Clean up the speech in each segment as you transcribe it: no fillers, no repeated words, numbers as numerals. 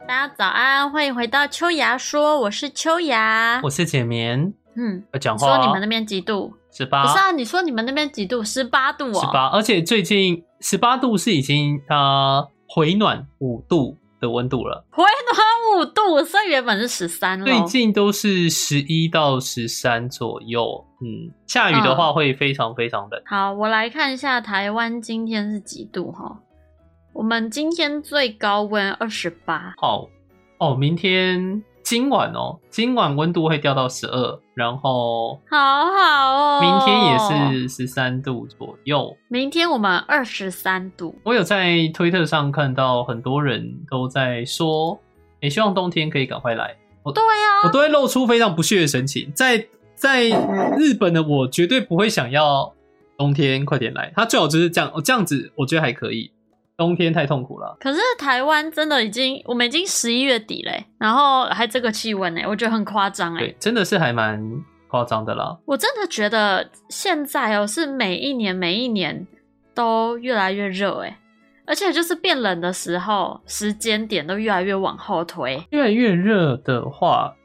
大家早安，欢迎回到秋芽说，我是秋芽， 我是简眠。要讲话。 你说你们那边几度 ？18。 不是啊，你说你们那边几度？18度哦。 18，而且最近18度是已经回暖5度的温度了。 回暖5度，所以原本是13咯。 最近都是11到13左右。下雨的话会非常非常冷。 好，我来看一下台湾今天是几度齁。我们今天最高温28。 好哦，今晚温度会掉到12，然后好好哦， 明天也是13度左右。 明天我们23度。 我有在推特上看到很多人都在说，希望冬天可以赶快来。 对啊， 我都会露出非常不屑的神情。在日本的我绝对不会想要冬天快点来，它最好就是这样子，我觉得还可以。冬天太痛苦了。 可是台湾真的我们已经11月底嘞，然后还这个气温我觉得很夸张对，真的是还蛮夸张的啦。 我真的觉得现在是每一年都越来越热而且就是变冷的时候，时间点都越来越往后推。 越来越热的话，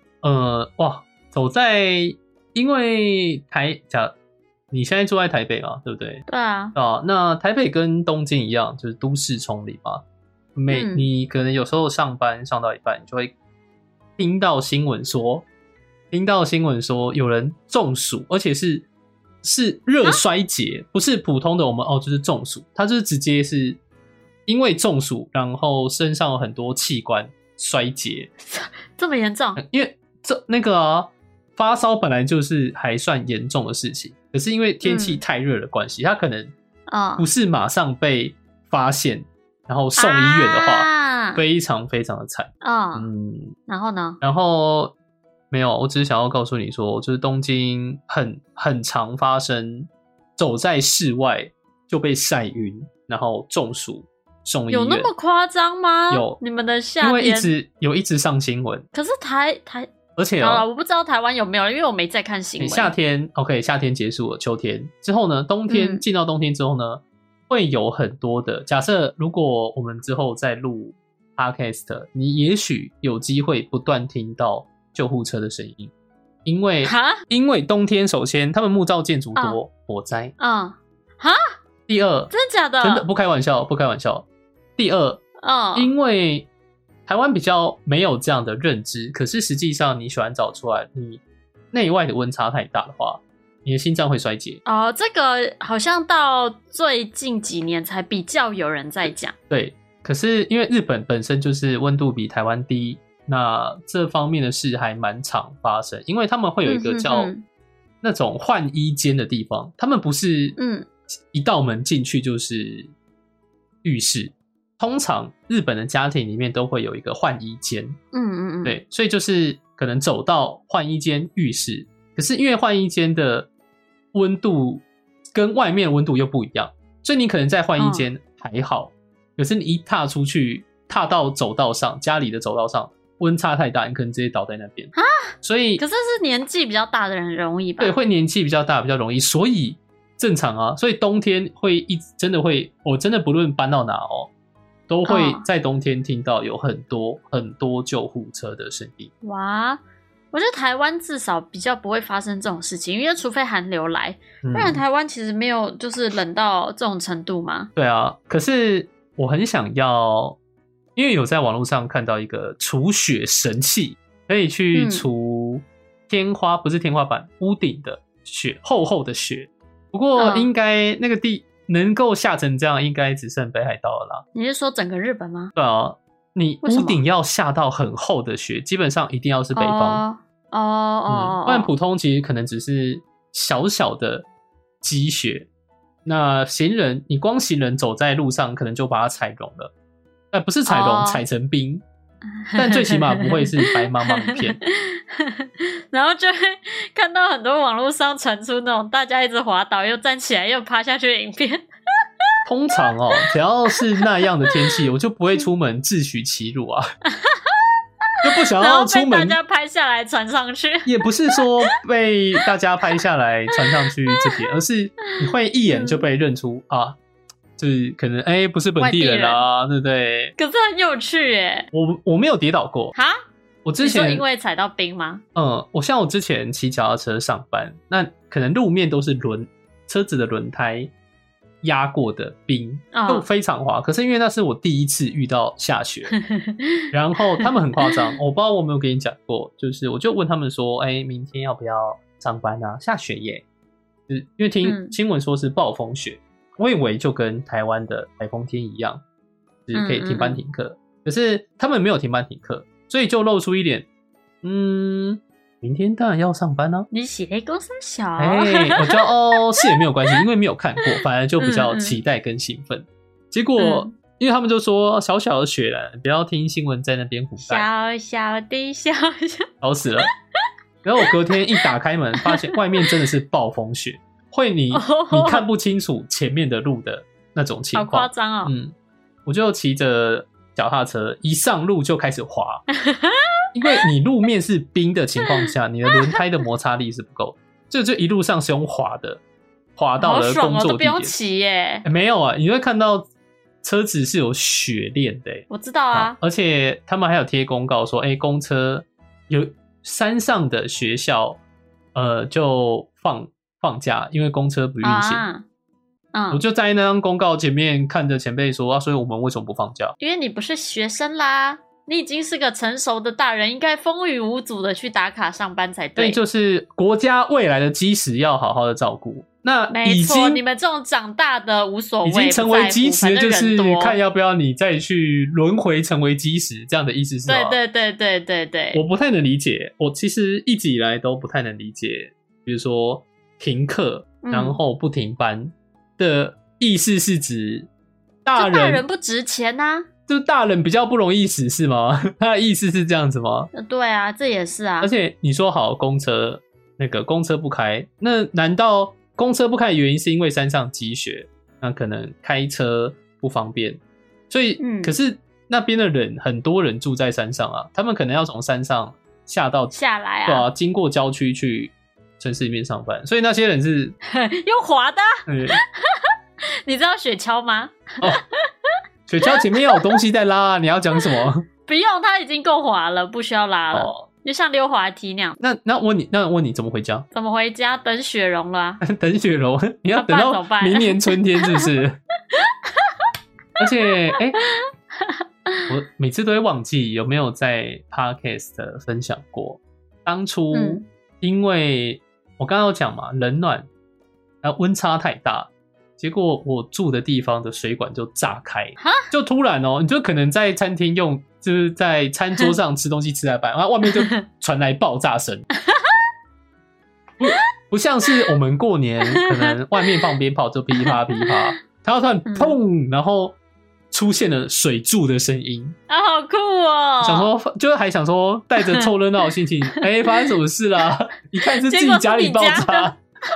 因为你现在住在台北嘛，对不对？ 对啊。 那台北跟东京一样，就是都市丛林嘛。你可能有时候上班上到一半，你就会听到新闻说有人中暑，而且是热衰竭，不是普通的我们就是中暑，他就是直接是因为中暑，然后身上有很多器官衰竭， 这么严重？ 因为发烧本来就是还算严重的事情，可是因为天气太热的关系，他可能不是马上被发现，然后送医院的话，非常非常的惨。 然后呢？ 然后没有，我只是想要告诉你说，就是东京很常发生，走在室外就被晒晕，然后中暑送医院。 有那么夸张吗？ 有， 你们的夏天因为一直上新闻。 可是台而且好了，我不知道台湾有没有，因为我没在看新闻。 夏天结束了，秋天之后呢，进到冬天之后呢，会有很多的假设。如果我们之后再录 podcast， 你也许有机会不断听到救护车的声音，因为冬天首先他们木造建筑多，火灾。第二， 真的假的？ 真的不开玩笑。第二，因为台湾比较没有这样的认知，可是实际上你洗完澡出来，你内外的温差太大的话，你的心脏会衰竭。 这个好像到最近几年才比较有人在讲。 对，可是因为日本本身就是温度比台湾低，那这方面的事还蛮常发生，因为他们会有一个叫那种换衣间的地方，他们不是一道门进去就是浴室。通常日本的家庭里面都会有一个换衣间，对，所以就是可能走到换衣间、浴室，可是因为换衣间的温度跟外面的温度又不一样，所以你可能在换衣间还好，可是你一踏出去，踏到走道上，家里的走道上，温差太大，你可能直接倒在那边。所以可是是年纪比较大的人容易吧？ 对，会年纪比较大比较容易，所以正常啊。所以冬天会真的会，我真的不论搬到哪都会在冬天听到有很多很多救护车的声音。 哇，我觉得台湾至少比较不会发生这种事情，因为除非寒流来，不然台湾其实没有就是冷到这种程度嘛。 对啊，可是我很想要，因为有在网络上看到一个除雪神器，可以去除不是天花板，屋顶的雪，厚厚的雪。不过应该那个能够下成这样，应该只剩北海道了啦。 你是说整个日本吗？ 对啊，你屋顶要下到很厚的雪，基本上一定要是北方。不然普通其实可能只是小小的积雪。那你光行人走在路上，可能就把它踩融了。不是踩融，踩成冰。但最起码不会是白茫茫一片。 然后就会看到很多网络上传出那种大家一直滑倒又站起来又趴下去的影片。 通常只要是那样的天气，我就不会出门自取其辱啊。就不想要出门， 然后被大家拍下来传上去。 也不是说被大家拍下来传上去这边，而是你会一眼就被认出就是可能不是本地人啊，对不对？ 可是很有趣耶。 我没有跌倒过哈， 我之前你说因为踩到冰吗？ 我之前骑脚踏车上班，那可能路面都是车子的轮胎压过的冰，就非常滑。可是因为那是我第一次遇到下雪，然后他们很夸张，我不知道我有没有跟你讲过，就是我就问他们说，明天要不要上班啊？下雪耶，就是因为听新闻说是暴风雪，我以为就跟台湾的台风天一样，就是可以停班停课，可是他们没有停班停课，所以就露出一点，明天当然要上班啊。 你写了公司小， 我觉得是也没有关系，因为没有看过，反而就比较期待跟兴奋。结果因为他们就说小小的雪人，不要听新闻在那边胡小小的小小， 吵死了。然后我隔天一打开门，发现外面真的是暴风雪，会你看不清楚前面的路的那种情况， 好夸张哦。 我就骑着脚踏车一上路就开始滑。因为你路面是冰的情况下，你的轮胎的摩擦力是不够，就一路上是用滑的，滑到了工作地点。好爽哦， 都不用骑耶。 没有啊，你会看到车子是有雪链的。 我知道啊。 而且他们还有贴公告说，公车有山上的学校，就放假，因为公车不运行。我就在那张公告前面看着前辈说，所以我们为什么不放假？ 因为你不是学生啦。你已经是个成熟的大人，应该风雨无阻的去打卡上班才对。 对，就是国家未来的基石要好好的照顾。那没错，你们这种长大的无所谓， 已经成为基石，就是看要不要你再去轮回成为基石，这样的意思是吗？ 对。 我不太能理解，我其实一直以来都不太能理解，比如说停课然后不停班的意思是指大人不值钱啊。 就是大人比较不容易死是吗？他的意思是这样子吗？ 对啊，这也是啊。 而且你说好公车不开，那难道公车不开的原因是因为山上积雪，那可能开车不方便，所以可是那边的人很多人住在山上啊，他们可能要从山上下来啊，对啊，经过郊区去城市里面上班，所以那些人是用滑的。你知道雪橇吗？ 雪橇前面要有东西在拉，你要讲什么？ 不用，它已经够滑了，不需要拉了。就像溜滑梯那样。 那问你怎么回家？ 怎么回家？等雪融了。 等雪融，你要等到明年春天是不是？而且我每次都会忘记有没有在 Podcast 分享过。当初因为我刚刚有讲嘛，冷暖温差太大。结果我住的地方的水管就炸开，就突然你就可能在餐厅就是在餐桌上吃东西吃到一半，然后外面就传来爆炸声，不像是我们过年可能外面放鞭炮就噼啪噼啪，它突然砰，然后出现了水柱的声音好酷哦！ 想说就是还想说带着凑热闹的心情，发生什么事啦？一看是自己家里爆炸。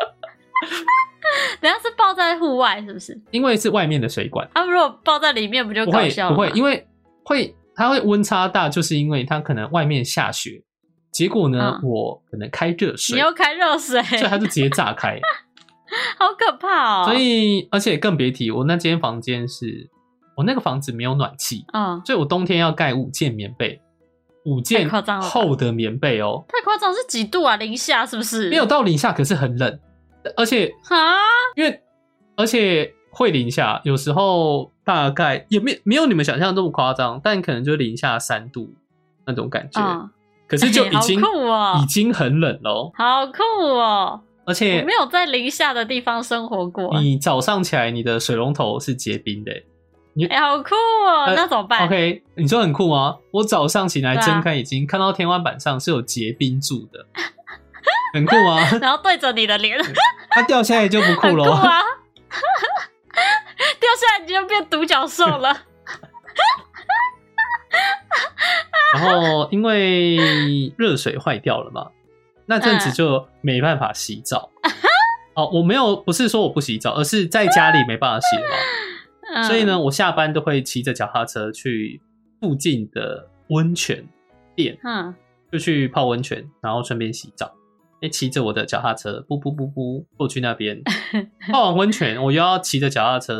等下是爆在户外是不是？ 因为是外面的水管。 如果爆在里面不就搞笑了吗？ 不会，因为它会温差大，就是因为它可能外面下雪，结果呢，我可能开热水， 你又开热水， 所以它就直接炸开， 好可怕哦！ 所以而且更别提我那间房间我那个房子没有暖气，所以我冬天要盖5件棉被，5件厚的棉被哦， 太夸张，是几度啊？零下是不是？ 没有到零下，可是很冷。而且而且会零下，有时候大概也没有你们想象这么夸张，但可能就零下3度那种感觉。可是就已经很冷了， 好酷哦！ 而且我没有在零下的地方生活过。 你早上起来，你的水龙头是结冰的， 好酷哦！那怎么办 ？OK， 你说很酷吗？我早上起来睁开眼睛，看到天花板上是有结冰柱的。很酷吗？ 然后对着你的脸， 它掉下来就不酷了。 很酷啊！掉下来你就变独角兽了。 然后因为热水坏掉了嘛，那阵子就没办法洗澡。不是说我不洗澡，而是在家里没办法洗了。所以呢，我下班都会骑着脚踏车去附近的温泉店，就去泡温泉，然后顺便洗澡。骑着我的脚踏车，不过去那边泡完温泉，我又要骑着脚踏车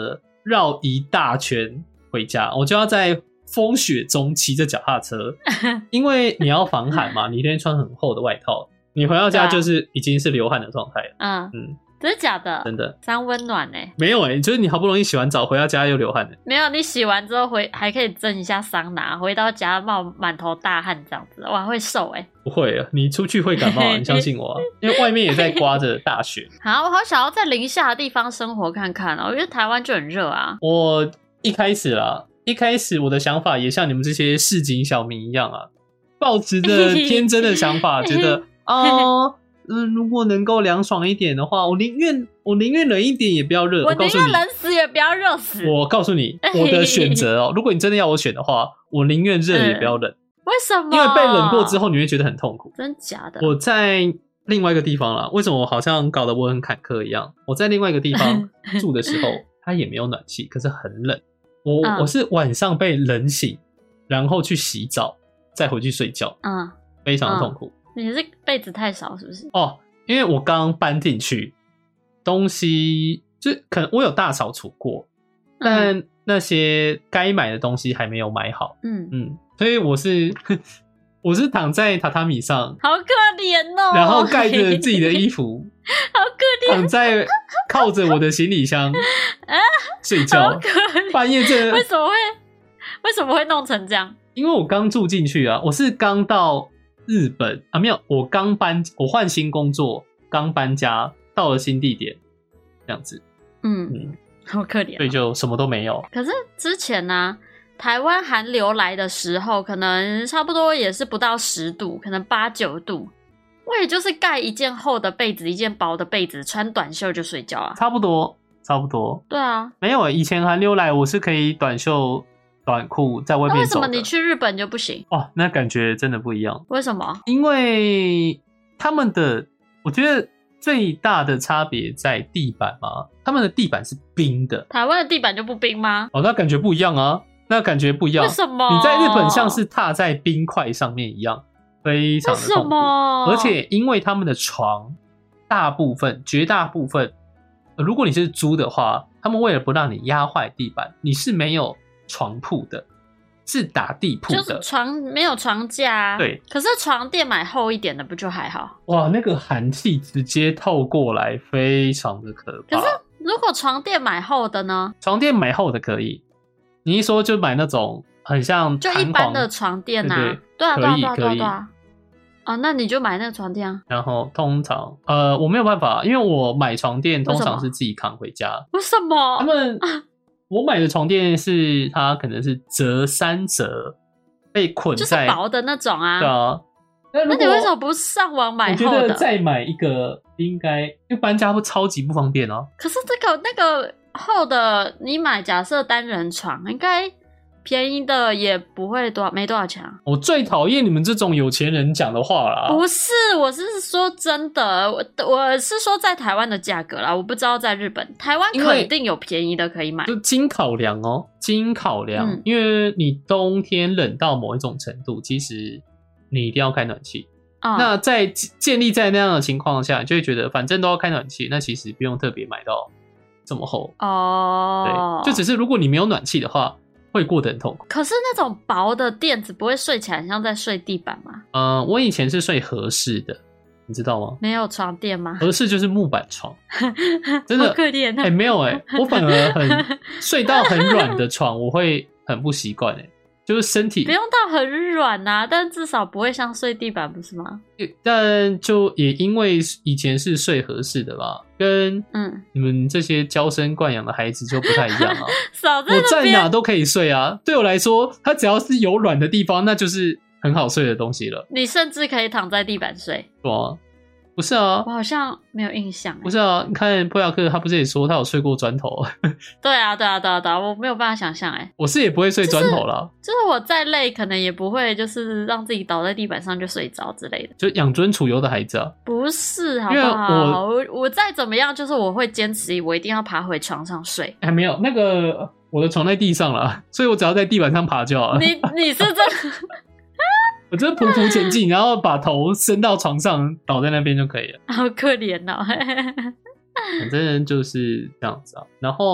绕一大圈回家，我就要在风雪中骑着脚踏车，因为你要防寒嘛，你一定穿很厚的外套，你回到家就是已经是流汗的状态了。 真的假的？ 真的， 三温暖没有就是你好不容易洗完澡回到家又流汗没有，你洗完之后还可以蒸一下桑拿，回到家冒满头大汗这样子，哇，会瘦不会你出去会感冒你相信我因为外面也在刮着大雪。 好，我好想要在零下的地方生活看看因为台湾就很热啊。 我一开始我的想法也像你们这些市井小民一样抱持着天真的想法觉得如果能够凉爽一点的话，我宁愿冷一点也不要热。 我宁愿冷死也不要热死。 我告诉你，我的选择如果你真的要我选的话，我宁愿热也不要冷。 为什么？ 因为被冷过之后你会觉得很痛苦。 真假的？我在另外一个地方啦，为什么我好像搞得我很坎坷一样？我在另外一个地方住的时候，它也没有暖气，可是很冷。我是晚上被冷醒，然后去洗澡，再回去睡觉。非常的痛苦。 你是被子太少是不是？ 因为我刚搬进去，东西就可能我有大扫除过，但那些该买的东西还没有买好。所以我是躺在榻榻米上， 好可怜然后盖着自己的衣服， 好可怜， 躺在靠着我的行李箱睡觉。 好可怜， 半夜为什么会弄成这样？ 因为我刚住进去我是刚到日本没有，我换新工作，刚搬家，到了新地点，这样子。 好可怜。 所以就什么都没有。 可是之前台湾寒流来的时候，可能差不多也是不到10度，可能8、9度。我也就是盖一件厚的被子，一件薄的被子，穿短袖就睡觉差不多。对啊，没有以前寒流来，我是可以短袖短裤在外面走的。那为什么你去日本就不行？ 那感觉真的不一样。 为什么？ 因为他们的，我觉得最大的差别在地板嘛，他们的地板是冰的。 台湾的地板就不冰吗？ 那感觉不一样那感觉不一样。 为什么？ 你在日本像是踏在冰块上面一样，非常的痛苦。为什么？而且因为他们的床绝大部分，如果你是租的话，他们为了不让你压坏地板，你是没有床铺的，是打地铺的， 就是床没有床架对， 可是床垫买厚一点的不就还好？ 哇，那个寒气直接透过来，非常的可怕。 可是如果床垫买厚的呢？ 床垫买厚的可以，你一说就买那种很像就一般的床垫对啊，可以。那你就买那个床垫然后通常我没有办法，因为我买床垫通常是自己扛回家。 为什么？ 我买的床垫是它可能是折3折，被捆在就是薄的那种对啊。 那你为什么不上网买厚的？ 我觉得再买一个应该，因为搬家会超级不方便可是那个厚的，你买假设单人床应该便宜的也不会没多少钱我最讨厌你们这种有钱人讲的话啦。 不是，我是说真的，我是说在台湾的价格啦，我不知道在日本。台湾肯定有便宜的可以买。 就经考量经考量，因为你冬天冷到某一种程度，其实你一定要开暖气。那在建立在那样的情况下，你就会觉得反正都要开暖气，那其实不用特别买到这么厚。对，就只是如果你没有暖气的话，会过得很痛苦。 可是那种薄的垫子不会睡起来很像在睡地板吗？ 我以前是睡和式的，你知道吗？ 没有床垫吗？ 和式就是木板床，真的好可怜没有我反而睡到很软的床，我会很不习惯就是身体不用到很软但至少不会像睡地板，不是吗？ 但就也因为以前是睡和式的吧，跟你们这些娇生惯养的孩子就不太一样我在哪都可以睡对我来说，它只要是有软的地方，那就是很好睡的东西了。你甚至可以躺在地板睡。 对不是我好像没有印象。 不是你看波雅克他不是也说他有睡过砖头？ 对啊，我没有办法想象我是也不会睡砖头啦， 就是我再累可能也不会就是让自己倒在地板上就睡着之类的。 就养尊处优的孩子不是好不好？我再怎么样就是我会坚持我一定要爬回床上睡。 没有那个我的床在地上了，所以我只要在地板上爬就好了。 你是这我就是匍匐前进，然后把头伸到床上，倒在那边就可以了。 好可怜反正就是这样子然后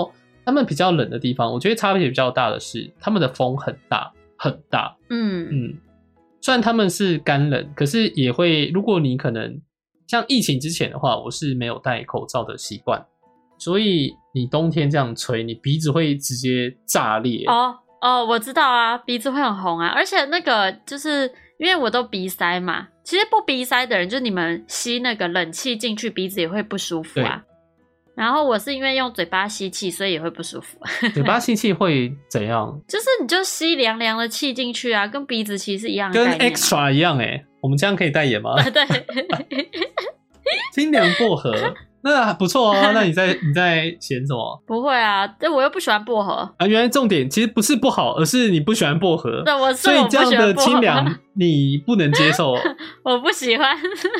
他们比较冷的地方，我觉得差别比较大的是他们的风很大很大。虽然他们是干冷，可是也会，如果你可能像疫情之前的话，我是没有戴口罩的习惯，所以你冬天这样吹，你鼻子会直接炸裂。 我知道啊，鼻子会很红啊，而且那个就是因为我都鼻塞嘛，其实不鼻塞的人，就是你们吸那个冷气进去，鼻子也会不舒服啊。然后我是因为用嘴巴吸气，所以也会不舒服。 嘴巴吸气会怎样？ 就是你就吸凉凉的气进去啊，跟鼻子其实是一样的概念跟 extra 一样我们这样可以代言吗？ 对， 清凉薄荷，那不错哦。那你在嫌什么？ 不会啊，但我又不喜欢薄荷啊。原来重点其实不是不好，而是你不喜欢薄荷。 对， 所以这样的清凉你不能接受。 我不喜欢。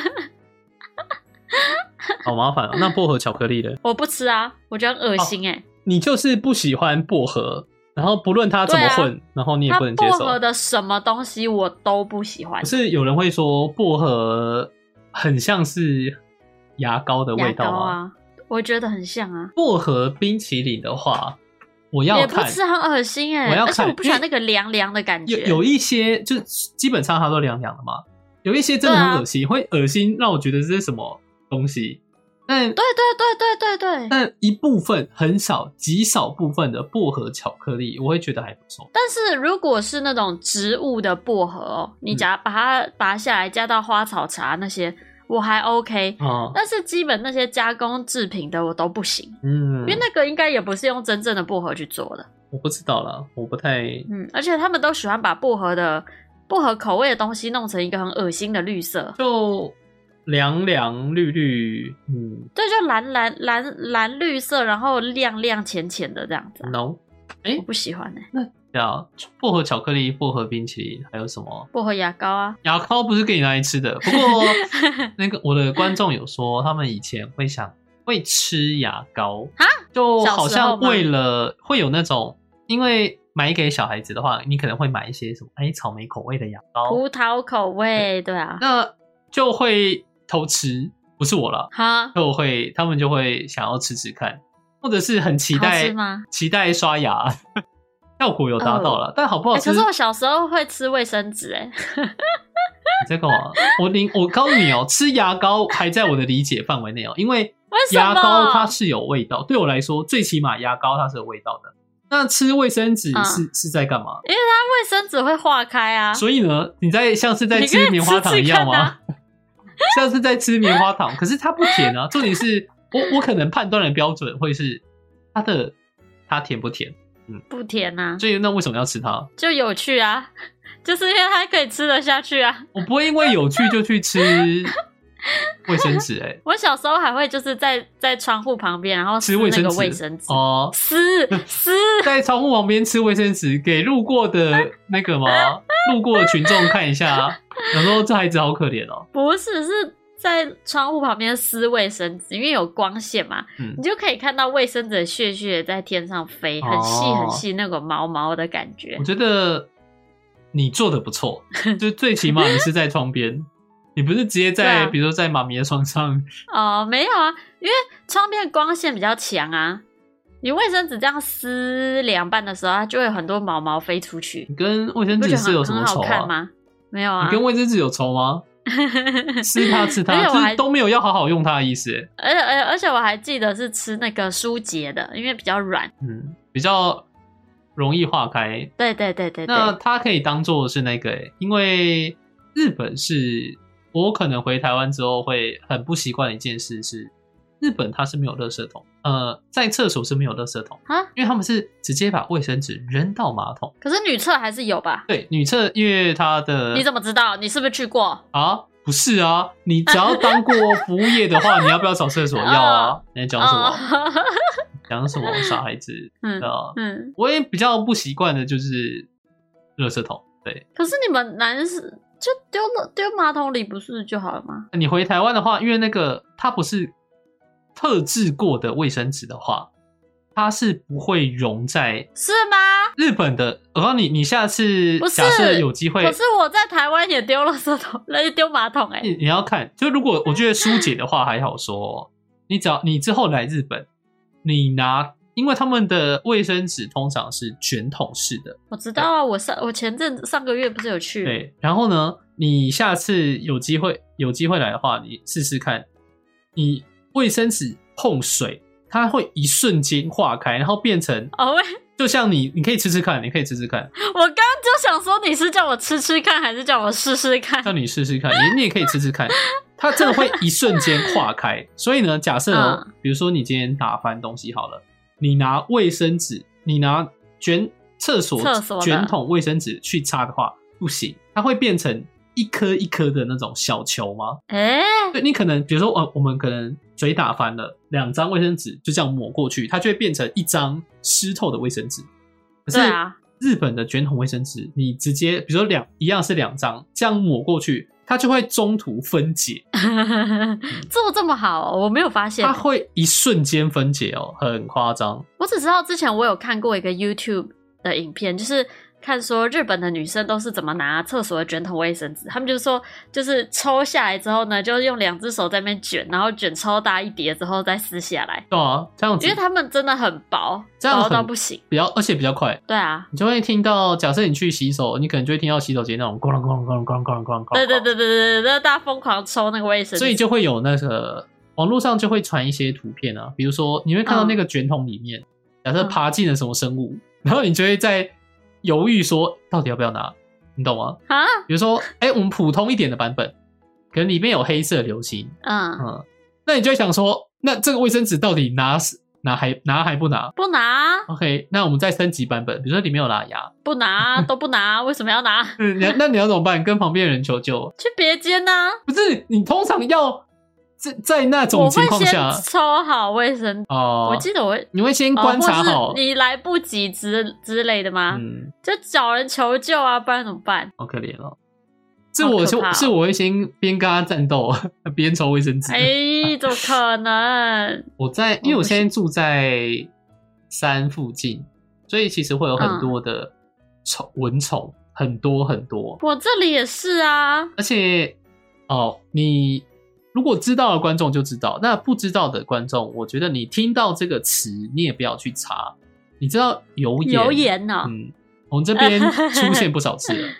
好麻烦那薄荷巧克力的我不吃啊，我觉得很恶心你就是不喜欢薄荷，然后不论它怎么混，然后你也不能接受。 薄荷的什么东西我都不喜欢。 可是有人会说薄荷很像是牙膏的味道吗？ 牙膏啊，我觉得很像啊。 薄荷冰淇淋的话，我要看， 也不吃很恶心我要看， 而且我不喜欢那个凉凉的感觉。 有一些就基本上它都凉凉的嘛，有一些真的很恶心，会恶心让我觉得这是什么东西。但对， 但一部分很少极少部分的薄荷巧克力我会觉得还不错。 但是如果是那种植物的薄荷你把它拔下来加到花草茶那些我还 OK，但是基本那些加工制品的我都不行。因为那个应该也不是用真正的薄荷去做的。 我不知道啦，我不太而且他们都喜欢把薄荷口味的东西弄成一个很恶心的绿色， 就凉凉绿绿， 对，就蓝绿色，然后亮亮浅浅的这样子。 No， 我不喜欢那薄荷巧克力、薄荷冰淇淋，还有什么？ 薄荷牙膏啊， 牙膏不是给你拿来吃的。不过那个我的观众有说，他们以前会吃牙膏啊，就好像为了会有那种，因为买给小孩子的话，你可能会买一些什么草莓口味的牙膏、 葡萄口味，对啊， 那就会偷吃，不是我啦，他们就会想要吃吃看，或者是很期待刷牙，效果有达到了，但好不好吃？ 可是我小时候会吃卫生纸你在干嘛？我告诉你吃牙膏还在我的理解范围内因为牙膏它是有味道，对我来说，最起码牙膏它是有味道的。那吃卫生纸是在干嘛？ 因为它卫生纸会化开啊。 所以呢，你像是在吃棉花糖一样吗？像是在吃棉花糖，可是它不甜啊。重点是我可能判断的标准会是它甜不甜？ 不甜啊。 所以那为什么要吃它？ 就有趣啊，就是因为它可以吃得下去啊。 我不会因为有趣就去吃卫生纸我小时候还会就是在窗户旁边，然后吃卫生纸撕在窗户旁边吃卫生纸给路过的那个吗？路过的群众看一下，然后这孩子好可怜不是，是在窗户旁边撕卫生纸，因为有光线嘛，你就可以看到卫生纸的屑屑在天上飞，很细很细那种毛毛的感觉。 我觉得你做的不错，就最起码你是在窗边。你不是直接在比如说在妈咪的床上没有啊，因为窗边光线比较强啊，你卫生纸这样撕两半的时候它就会有很多毛毛飞出去。 你跟卫生纸是有什么仇很好看吗？没有啊。 你跟卫生纸有仇吗？吃它就是都没有要好好用它的意思而且我还记得是吃那个舒洁的，因为比较软比较容易化开。 对， 那它可以当做是那个因为日本是我可能回台湾之后会很不习惯的一件事是，日本它是没有垃圾桶，在厕所是没有垃圾桶因为他们是直接把卫生纸扔到马桶。 可是女厕还是有吧？ 对，女厕因为它的你怎么知道？你是不是去过不是啊，你只要当过服务业的话，你要不要找厕所？要啊。你在讲什么？讲什么傻孩子？我也比较不习惯的就是垃圾桶。对， 可是你们男生就丢马桶里不是就好了吗？ 你回台湾的话，因为那个它不是特制过的卫生纸的话，它是不会溶在。 是吗？ 日本的，我告诉你，你下次假设有机会， 可是我在台湾也丢垃圾桶，丢马桶你要看，就如果我觉得疏解的话还好说，你之后来日本，你拿因为他们的卫生纸通常是卷筒式的。 我知道啊，我前上个月不是有去？ 对，然后呢，你下次有机会来的话，你试试看，你卫生纸碰水，它会一瞬间化开，然后变成就像你可以吃吃看，你可以吃吃看。 我刚刚就想说，你是叫我吃吃看，还是叫我试试看？ 叫你试试看，你也可以吃吃看。它真的会一瞬间化开。所以呢，假设比如说你今天打翻东西好了，你拿卫生纸，你拿厕所卷筒卫生纸去擦的话，不行，它会变成一颗一颗的那种小球吗？对，你可能比如说我们可能嘴打翻了，2张卫生纸就这样抹过去，它就会变成一张湿透的卫生纸。可是日本的卷筒卫生纸，你直接比如说一样是2张，这样抹过去，它就会中途分解。 做这么好我没有发现。 它会一瞬间分解很夸张。 我只知道之前我有看过一个 YouTube 的影片，就是看说日本的女生都是怎么拿厕所的卷筒卫生纸，他们就说就是抽下来之后呢，就用2只手在那边卷，然后卷超大一叠之后再撕下来。 对啊，这样子，因为他们真的很薄，薄到不行，而且比较快。 对啊， 你就会听到，假设你去洗手，你可能就会听到洗手间那种咣啷咣啷咣啷咣啷咣啷。 对，大家疯狂抽那个卫生纸， 所以就会有那个网络上就会传一些图片啊，比如说你会看到那个卷筒里面，假设爬进了什么生物，然后你就会在犹豫说到底要不要拿，你懂吗？比如说我们普通一点的版本可能里面有黑色流星，那你就会想说，那这个卫生纸到底拿还不拿？不拿。 OK， 那我们再升级版本，比如说里面有拉牙， 不拿都不拿。为什么要拿？ 那你要怎么办？跟旁边的人求救， 去别间啊。 不是，你通常要在那种情况下， 我会先抽好卫生纸。我记得你会先观察好， 或是你来不及之类的吗？就找人求救啊，不然怎么办？ 好可怜哦。是我会先边跟他战斗边抽卫生纸。 怎么可能？ 因为我现在住在山附近，所以其实会有很多的蚊虫，很多很多。 我这里也是啊。 而且你如果知道的观众就知道，那不知道的观众，我觉得你听到这个词，你也不要去查。你知道油盐哦？ 我们这边出现不少次了。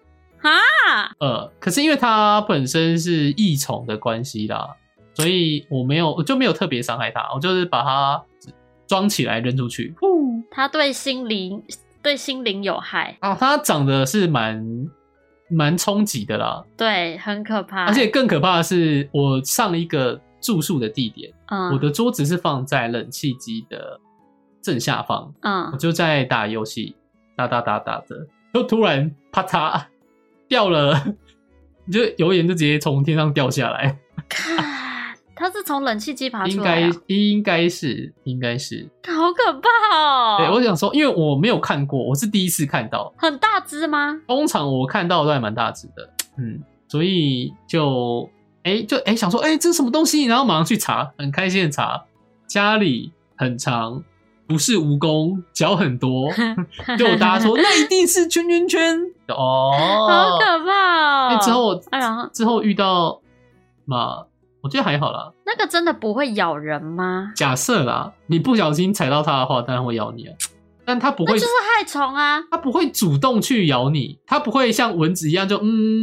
可是因为它本身是益虫的关系啦，所以我就没有特别伤害它，我就是把它装起来扔出去。 它对心灵有害啊！它长得是蛮冲击的啦， 对，很可怕。 而且更可怕的是，我上一个住宿的地点，我的桌子是放在冷气机的正下方，我就在打游戏，打着，就突然啪嚓掉了，就油盐就直接从天上掉下来。 它是从冷气机爬出来应该是， 好可怕哦！ 对，我想说，因为我没有看过，我是第一次看到。 很大只吗？ 通常我看到都还蛮大只的，所以就想说，这是什么东西？然后马上去查，很开心的查，家里很长，不是蜈蚣，脚很多，就大家说那一定是圈， 好可怕哦！ 之后遇到嘛。我觉得还好啦。 那个真的不会咬人吗？ 假设啦，你不小心踩到它的话，当然会咬你啊。但它不会， 那就是害虫啊。 它不会主动去咬你，它不会像蚊子一样就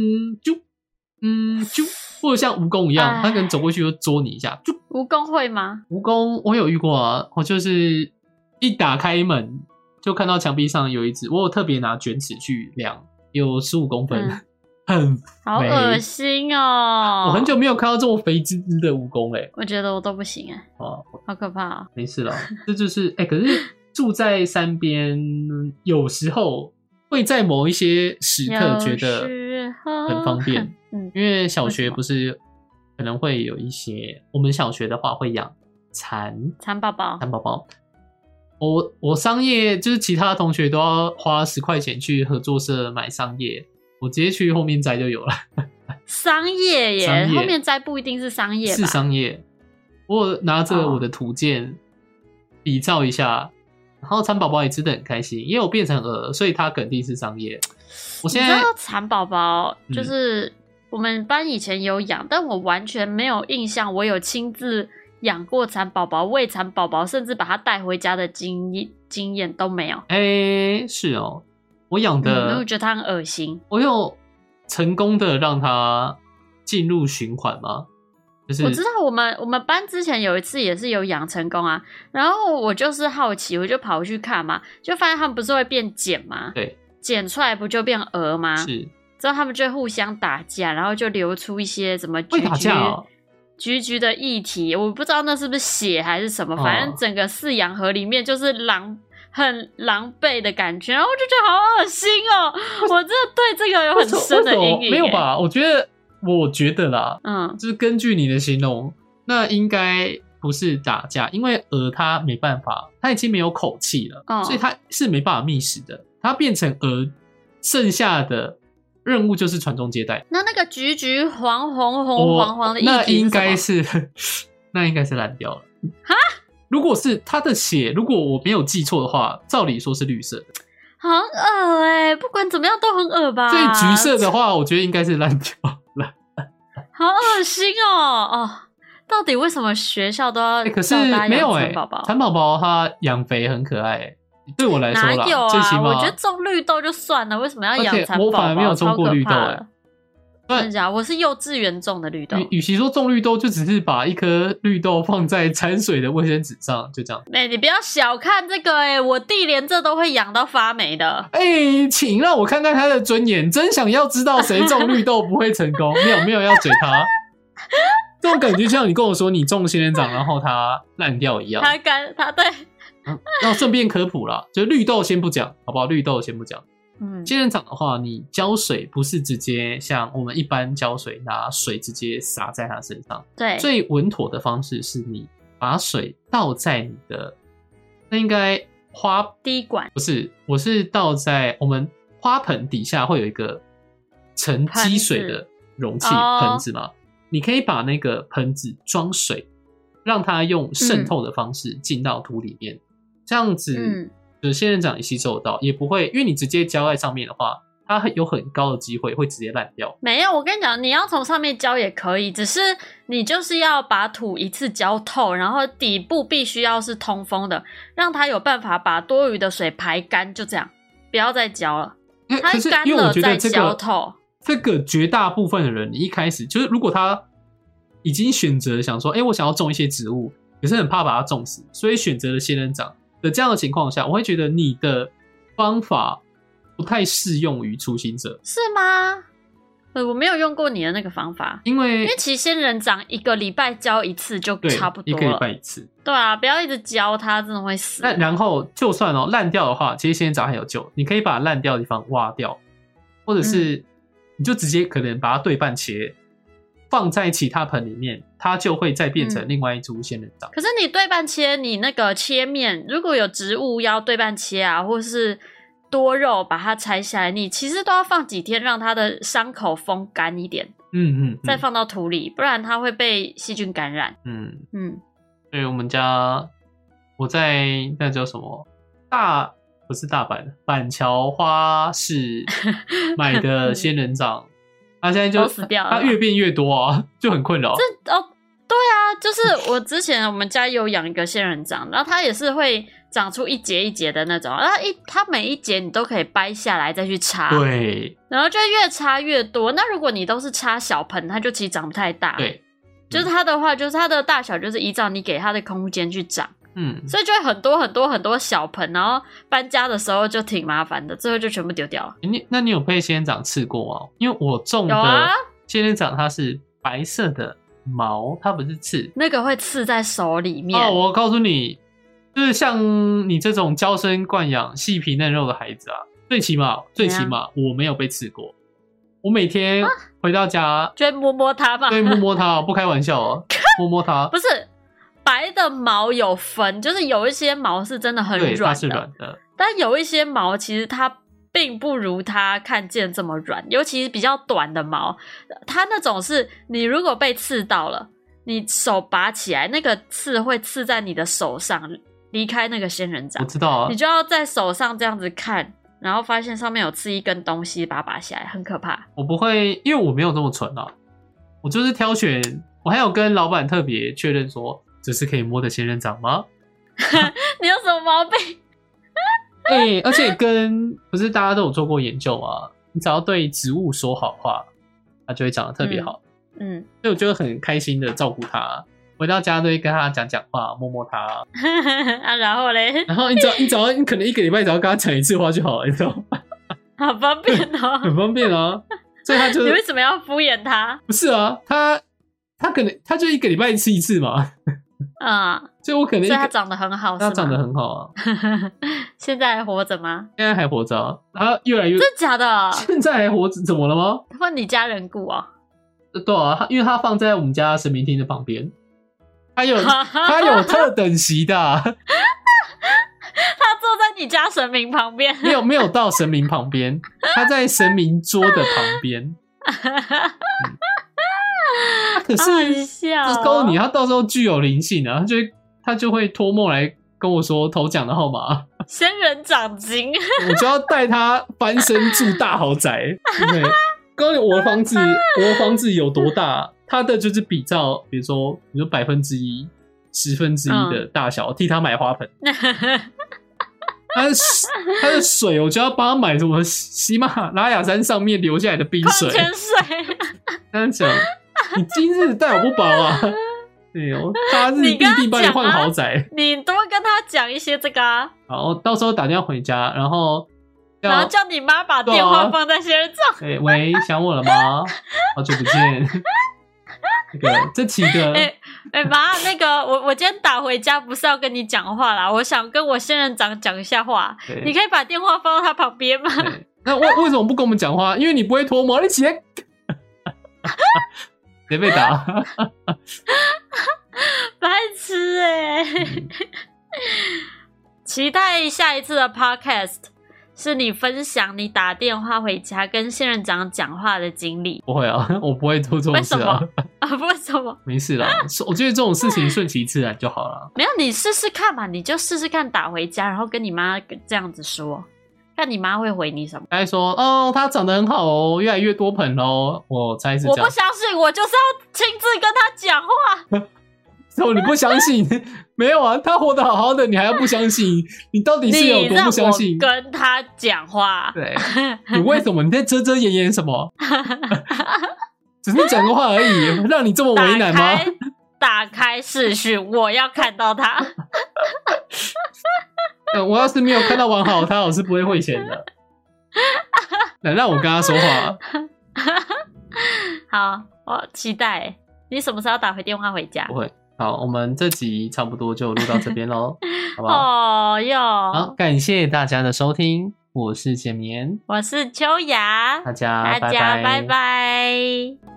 或者像蜈蚣一样，它可能走过去就捉你一下。 蜈蚣会吗？ 蜈蚣我有遇过啊，我就是一打开门就看到墙壁上有一只，我有特别拿卷尺去量，有15公分。 好恶心哦！ 我很久没有看到这么肥滋滋的蜈蚣我觉得我都不行好可怕哦！ 没事了，这就是可是住在山边，有时候会在某一些时刻觉得很方便。因为小学不是可能会有一些，我们小学的话会养蚕宝宝。我商业就是其他同学都要花10块钱去合作社买商业。我直接去后面摘就有了。 商业耶，后面摘不一定是商业吧？ 是商业。我拿着我的图鉴比照一下，然后蚕宝宝也吃得很开心，因为我变成蛾，所以它肯定是商业。我现在你知道蚕宝宝就是我们班以前有养，但我完全没有印象我有亲自养过蚕宝宝、喂蚕宝宝，甚至把它带回家的经验都没有。 是哦，我养的， 我觉得它很恶心。 我有成功的让它进入循环吗？就是我知道我们班之前有一次也是有养成功啊，然后我就是好奇，我就跑去看嘛，就发现他们不是会变茧吗？ 对， 茧出来不就变蛾吗？ 是， 之后他们就会互相打架，然后就流出一些什么橘橘的液体，我不知道那是不是血还是什么，反正整个饲养盒里面就是很狼狈的感觉，然后我就觉得好恶心哦，我真的对这个有很深的阴影。 没有吧？我觉得啦，就是根据你的形容，那应该不是打架，因为蛾它没办法，它已经没有口气了，所以它是没办法觅食的。它变成蛾，剩下的任务就是传宗接代。 那个橘橘黄黄的液体那应该是烂掉了。 哈？ 如果是它的血，如果我没有记错的话，照理说是绿色的。 好恶不管怎么样都很恶吧。 所以橘色的话，我觉得应该是烂掉了。 好恶心哦！到底为什么学校都要可是没有蚕宝宝它养肥很可爱对我来说啦， 哪有最起码我觉得种绿豆就算了，为什么要养蚕宝宝？ 我反而没有种过绿豆真的假的？我是幼稚园种的绿豆。 与其说种绿豆，就只是把一颗绿豆放在掺水的卫生纸上，就这样。 你不要小看这个我弟连这都会养到发霉的。 请让我看看他的尊严，真想要知道谁种绿豆不会成功。没有要嘴他，这种感觉就像你跟我说你种仙人掌，然后它烂掉一样。 他对。 要顺便科普啦，就绿豆先不讲，好不好？绿豆先不讲。仙人掌的话，你浇水不是直接像我们一般浇水，拿水直接洒在它身上。 对， 最稳妥的方式是你把水倒在你的那应该滴管， 不是，我是倒在我们花盆底下会有一个盛积水的容器盆子嘛，你可以把那个盆子装水，让它用渗透的方式进到土里面。这样子的仙人掌也吸收得到，也不会，因为你直接浇在上面的话，它有很高的机会会直接烂掉。 没有，我跟你讲，你要从上面浇也可以，只是你就是要把土一次浇透，然后底部必须要是通风的，让它有办法把多余的水排干，就这样，不要再浇了。它干了再浇透。 这个绝大部分的人，你一开始就是如果他已经选择想说，我想要种一些植物，可是很怕把它种死，所以选择了仙人掌。的这样的情况下，我会觉得你的方法不太适用于初心者。 是吗？我没有用过你的那个方法，因为其实仙人掌1个礼拜浇一次就差不多了，1 个礼拜一次。 对啊，不要一直浇它，真的会死。 那然后就算烂掉的话，其实仙人掌还有救，你可以把烂掉的地方挖掉，或者是你就直接可能把它对半切，放在其他盆里面，它就会再变成另外一株仙人掌。 可是你对半切，你那个切面如果有植物要对半切啊，或是多肉把它拆下来，你其实都要放几天，让它的伤口风干一点，再放到土里，不然它会被细菌感染。 所以我们家我在那叫什么不是大阪板桥花市买的仙人掌。他现在就死掉了， 他越变越多啊，就很困扰。 对啊，就是我之前我们家有养一个仙人掌，然后它也是会长出一节一节的那种，然后它每一节你都可以掰下来再去插， 对， 然后就越插越多。那如果你都是插小盆，它就其实长不太大， 对， 就是它的话，就是它的大小就是依照你给它的空间去长。所以就会很多很多很多小盆，然后搬家的时候就挺麻烦的，最后就全部丢掉了。 那你有被仙人掌刺过吗？因为我种的仙人掌它是白色的毛，它不是刺， 那个会刺在手里面。 我告诉你，就是像你这种娇生惯养、细皮嫩肉的孩子啊，最起码我没有被刺过。我每天回到家就会摸摸它吧， 对，摸摸它，不开玩笑哦，摸摸它， 不是。白的毛有分，就是有一些毛是真的很软的， 对，它是软的， 但有一些毛其实它并不如它看见这么软，尤其是比较短的毛，它那种是你如果被刺到了，你手拔起来，那个刺会刺在你的手上，离开那个仙人掌， 我知道啊， 你就要在手上这样子看，然后发现上面有刺一根东西，把它拔下来，很可怕。 我不会，因为我没有这么蠢啊，我就是挑选，我还有跟老板特别确认说， 这是可以摸的仙人掌吗？ 你有什么毛病？ 而且不是大家都有做过研究吗？你只要对植物说好话，它就会长得特别好。所以我就会很开心的照顾它，回到家都会跟它讲话，摸摸它。 然后嘞？ 然后你可能1个礼拜只要跟它讲1次话就好了，你知道吗？ 好方便哦， 很方便啊。所以它就你为什么要敷衍它？ 不是啊，它可能它就1个礼拜吃1次嘛。所以我可能所以它长得很好， 它长得很好啊。 现在还活着吗？ 现在还活着啊，它越来越真的假的？ 现在还活着，怎么了吗？ 换你家人顾哦。 对啊，因为它放在我们家神明厅的旁边，它有特等席的。它坐在你家神明旁边？ 没有到神明旁边，它在神明桌的旁边。可是就是告诉你，他到时候具有灵性啊，他就会托梦来跟我说头奖的号码， 仙人掌精， 我就要带他翻身住大豪宅。对，告诉你我的房子有多大，他的就是比照，比如说1%、1/10的大小，替他买花盆。他的水，我就要帮他买什么喜马拉雅山上面流下来的冰水、 矿泉水。 跟他讲，你今日待我不薄啊！哎呦，他日必定帮你换豪宅。 你多跟他讲一些这个啊。 好，到时候打电话回家，然后叫你妈把电话放在仙人掌。 喂，想我了吗？好久不见。这期的妈，那个我今天打回家不是要跟你讲话啦，我想跟我仙人掌讲一下话，你可以把电话放到他旁边吗？ 那为什么不跟我们讲话？因为你不会脱毛，你起来，别被打， 白痴期待下一次的 podcast。是你分享你打电话回家跟仙人掌讲话的经历。 不会啊，我不会做这种事啊。 为什么？ 没事啦，我觉得这种事情顺其自然就好了。 没有，你试试看嘛，你就试试看打回家，然后跟你妈这样子说，看你妈会回你什么。 她说它长得很好哦，越来越多盆哦。我猜是这样。 我不相信，我就是要亲自跟她讲话。 你不相信？没有啊，他活得好好的，你还要不相信？你到底是有多不相信？ 你让我跟他讲话。 对，你为什么？你在遮遮掩掩什么？只是讲个话而已，让你这么为难吗？ 打开视讯，我要看到他。 我要是没有看到完好，他我是不会汇钱的。来，让我跟他说话。 好，我期待。你什么时候打回电话回家？ 不会。好，我们这集差不多就录到这边咯。好不好？好，感谢大家的收听，我是简眠， 我是秋雅， 大家拜拜。